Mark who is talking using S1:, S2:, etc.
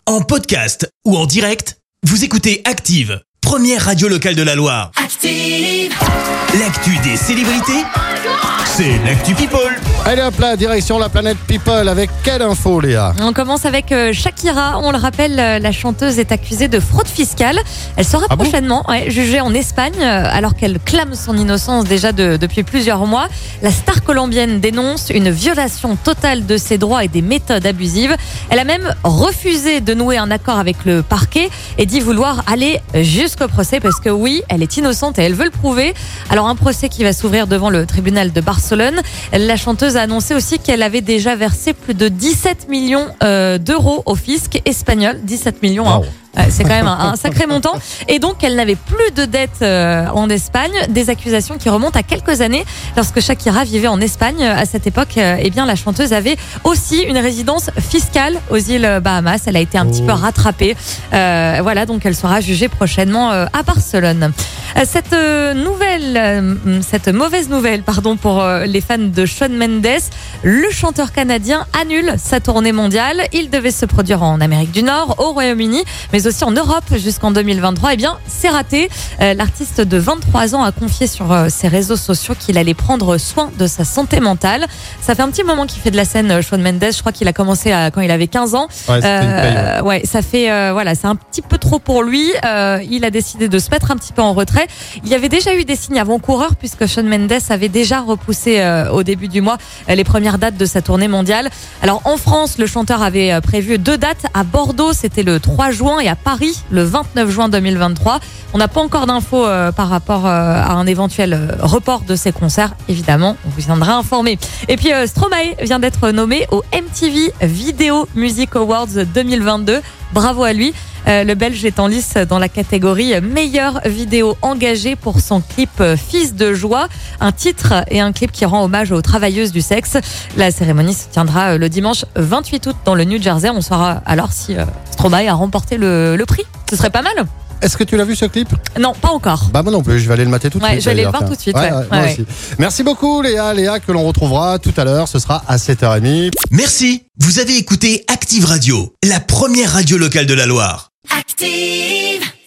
S1: En podcast ou en direct, vous écoutez Active, première radio locale de la Loire.
S2: Active.
S1: L'actu des célébrités, c'est l'actu People.
S3: Allez hop là, direction la planète People avec quelle info, Léa?
S4: On commence avec Shakira. On le rappelle, la chanteuse est accusée de fraude fiscale. Elle sera prochainement jugée en Espagne alors qu'elle clame son innocence déjà depuis plusieurs mois. La star colombienne dénonce une violation totale de ses droits et des méthodes abusives. Elle a même refusé de nouer un accord avec le parquet et dit vouloir aller jusqu'au procès parce que oui, elle est innocente et elle veut le prouver. Alors un procès qui va s'ouvrir devant le tribunal de Barcelone. La chanteuse a annoncé aussi qu'elle avait déjà versé plus de 17 millions d'euros au fisc espagnol. 17 millions,
S3: wow.
S4: C'est quand même un sacré montant. Et donc, elle n'avait plus de dettes en Espagne. Des accusations qui remontent à quelques années. Lorsque Shakira vivait en Espagne, à cette époque, eh bien, la chanteuse avait aussi une résidence fiscale aux îles Bahamas. Elle a été un petit peu rattrapée. Voilà, donc elle sera jugée prochainement à Barcelone. Cette mauvaise nouvelle, pour les fans de Shawn Mendes, le chanteur canadien annule sa tournée mondiale. Il devait se produire en Amérique du Nord, au Royaume-Uni, mais aussi en Europe jusqu'en 2023. Eh bien, c'est raté. L'artiste de 23 ans a confié sur ses réseaux sociaux qu'il allait prendre soin de sa santé mentale. Ça fait un petit moment qu'il fait de la scène, Shawn Mendes. Je crois qu'il a commencé quand il avait 15 ans.
S3: Ouais, c'était une paye,
S4: ça fait c'est un petit peu trop pour lui. Il a décidé de se mettre un petit peu en retrait. Il y avait déjà eu des signes avant-coureurs puisque Shawn Mendes avait déjà repoussé au début du mois les premières dates de sa tournée mondiale. Alors en France, le chanteur avait prévu 2 dates. À Bordeaux, c'était le 3 juin et à Paris, le 29 juin 2023. On n'a pas encore d'infos par rapport à un éventuel report de ses concerts. Évidemment, on vous tiendra informé. Et puis Stromae vient d'être nommé au MTV Video Music Awards 2022. Bravo à lui. Le Belge est en lice dans la catégorie meilleure vidéo engagée pour son clip Fils de joie, un titre et un clip qui rend hommage aux travailleuses du sexe. La cérémonie se tiendra le dimanche 28 août dans le New Jersey. On saura alors si Stromae a remporté le prix. Ce serait pas mal.
S3: Est-ce que tu l'as vu ce clip?
S4: Non, pas encore.
S3: Bah moi non plus, je vais aller le mater tout de suite.
S4: Je vais aller le voir tout de suite.
S3: Moi aussi. Merci beaucoup Léa que l'on retrouvera tout à l'heure, ce sera à 7h30.
S1: Merci, vous avez écouté Active Radio, la première radio locale de la Loire.
S2: Active.